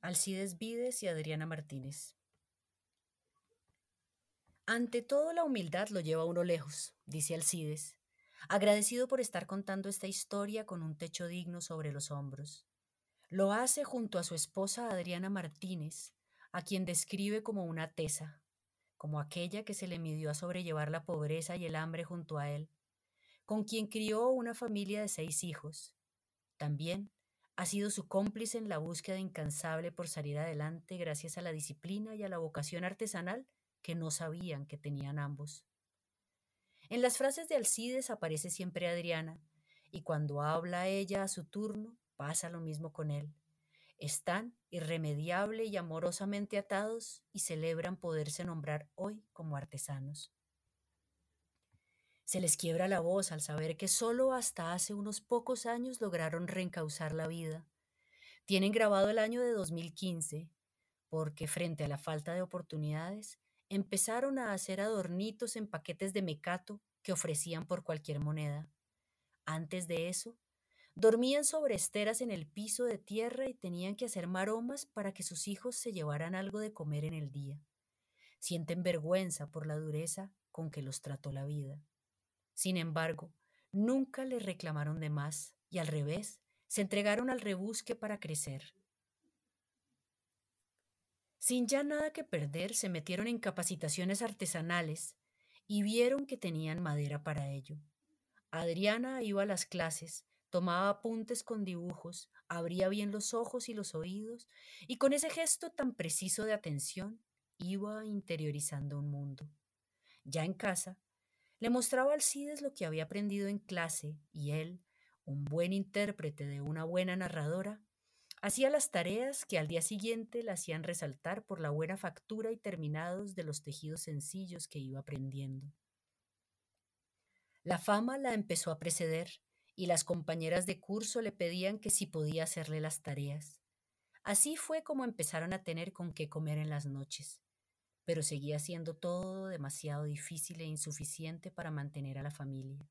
Alcides Vides y Adriana Martínez. Ante todo, la humildad lo lleva a uno lejos, dice Alcides, agradecido por estar contando esta historia con un techo digno sobre los hombros. Lo hace junto a su esposa Adriana Martínez, a quien describe como una tesa, como aquella que se le midió a sobrellevar la pobreza y el hambre junto a él, con quien crió una familia de 6 hijos. También ha sido su cómplice en la búsqueda incansable por salir adelante gracias a la disciplina y a la vocación artesanal que no sabían que tenían ambos. En las frases de Alcides aparece siempre Adriana, y cuando habla ella a su turno, pasa lo mismo con él. Están irremediable y amorosamente atados y celebran poderse nombrar hoy como artesanos. Se les quiebra la voz al saber que solo hasta hace unos pocos años lograron reencauzar la vida. Tienen grabado el año de 2015 porque frente a la falta de oportunidades empezaron a hacer adornitos en paquetes de mecato que ofrecían por cualquier moneda. Antes de eso, dormían sobre esteras en el piso de tierra y tenían que hacer maromas para que sus hijos se llevaran algo de comer en el día. Sienten vergüenza por la dureza con que los trató la vida. Sin embargo, nunca les reclamaron de más y al revés, se entregaron al rebusque para crecer. Sin ya nada que perder, se metieron en capacitaciones artesanales y vieron que tenían madera para ello. Adriana iba a las clases, tomaba apuntes con dibujos, abría bien los ojos y los oídos, y con ese gesto tan preciso de atención iba interiorizando un mundo. Ya en casa, le mostraba a Alcides lo que había aprendido en clase y él, un buen intérprete de una buena narradora, hacía las tareas que al día siguiente la hacían resaltar por la buena factura y terminados de los tejidos sencillos que iba aprendiendo. La fama la empezó a preceder y las compañeras de curso le pedían que si podía hacerle las tareas. Así fue como empezaron a tener con qué comer en las noches, pero seguía siendo todo demasiado difícil e insuficiente para mantener a la familia.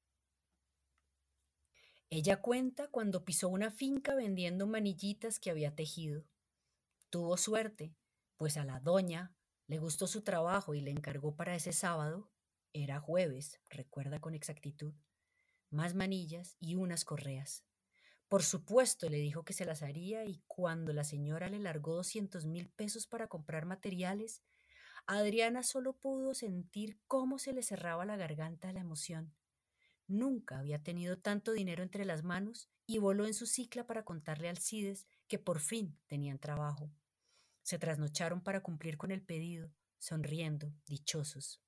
Ella cuenta cuando pisó una finca vendiendo manillitas que había tejido. Tuvo suerte, pues a la doña le gustó su trabajo y le encargó para ese sábado, era jueves, recuerda con exactitud, más manillas y unas correas. Por supuesto, le dijo que se las haría y cuando la señora le largó 200.000 pesos para comprar materiales, Adriana solo pudo sentir cómo se le cerraba la garganta de la emoción. Nunca había tenido tanto dinero entre las manos y voló en su cicla para contarle a Alcides que por fin tenían trabajo. Se trasnocharon para cumplir con el pedido, sonriendo, dichosos.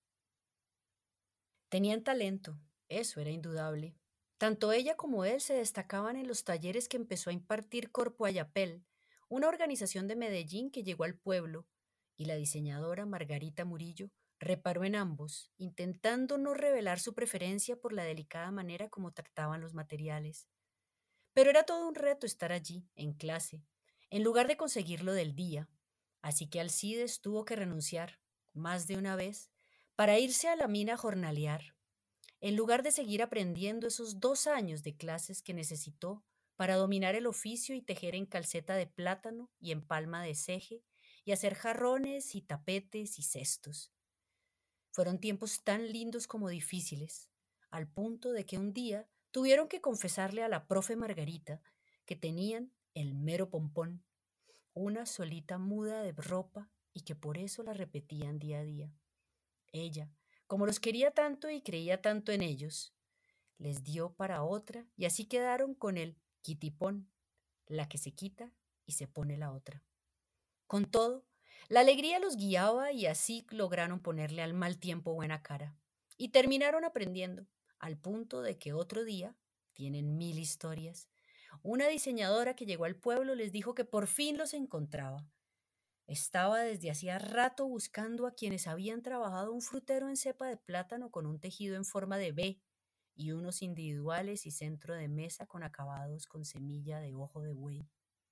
Tenían talento, eso era indudable. Tanto ella como él se destacaban en los talleres que empezó a impartir Corpo Ayapel, una organización de Medellín que llegó al pueblo, y la diseñadora Margarita Murillo reparó en ambos, intentando no revelar su preferencia por la delicada manera como trataban los materiales. Pero era todo un reto estar allí, en clase, en lugar de conseguirlo del día, así que Alcides tuvo que renunciar, más de una vez, para irse a la mina a jornalear en lugar de seguir aprendiendo esos 2 años de clases que necesitó para dominar el oficio y tejer en calceta de plátano y en palma de ceje y hacer jarrones y tapetes y cestos. Fueron tiempos tan lindos como difíciles, al punto de que un día tuvieron que confesarle a la profe Margarita que tenían el mero pompón, una solita muda de ropa y que por eso la repetían día a día. Ella, como los quería tanto y creía tanto en ellos, les dio para otra y así quedaron con el quitipón, la que se quita y se pone la otra. Con todo, la alegría los guiaba y así lograron ponerle al mal tiempo buena cara. Y terminaron aprendiendo, al punto de que otro día tienen 1000 historias. Una diseñadora que llegó al pueblo les dijo que por fin los encontraba. Estaba desde hacía rato buscando a quienes habían trabajado un frutero en cepa de plátano con un tejido en forma de B y unos individuales y centro de mesa con acabados con semilla de ojo de buey.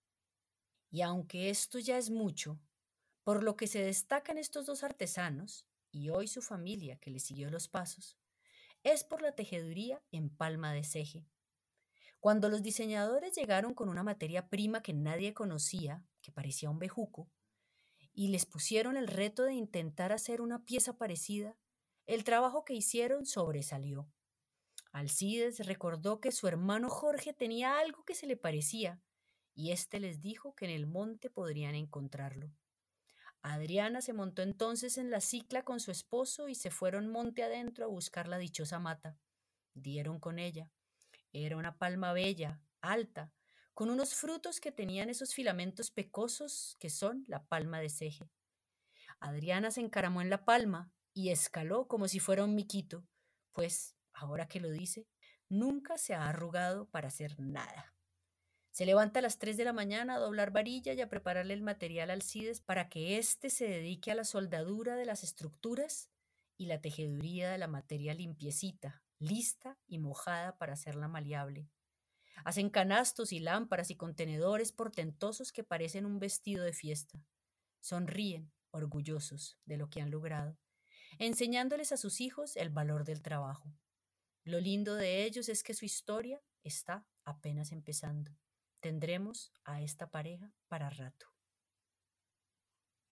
Y aunque esto ya es mucho, por lo que se destacan estos dos artesanos, y hoy su familia que le siguió los pasos, es por la tejeduría en palma de ceje. Cuando los diseñadores llegaron con una materia prima que nadie conocía, que parecía un bejuco, y les pusieron el reto de intentar hacer una pieza parecida, el trabajo que hicieron sobresalió. Alcides recordó que su hermano Jorge tenía algo que se le parecía, y éste les dijo que en el monte podrían encontrarlo. Adriana se montó entonces en la cicla con su esposo y se fueron monte adentro a buscar la dichosa mata. Dieron con ella. Era una palma bella, alta, con unos frutos que tenían esos filamentos pecosos que son la palma de ceje. Adriana se encaramó en la palma y escaló como si fuera un miquito, pues, ahora que lo dice, nunca se ha arrugado para hacer nada. Se levanta a las 3 de la mañana a doblar varilla y a prepararle el material al CIDES para que éste se dedique a la soldadura de las estructuras y la tejeduría de la materia limpiecita, lista y mojada para hacerla maleable. Hacen canastos y lámparas y contenedores portentosos que parecen un vestido de fiesta. Sonríen, orgullosos de lo que han logrado, enseñándoles a sus hijos el valor del trabajo. Lo lindo de ellos es que su historia está apenas empezando. Tendremos a esta pareja para rato.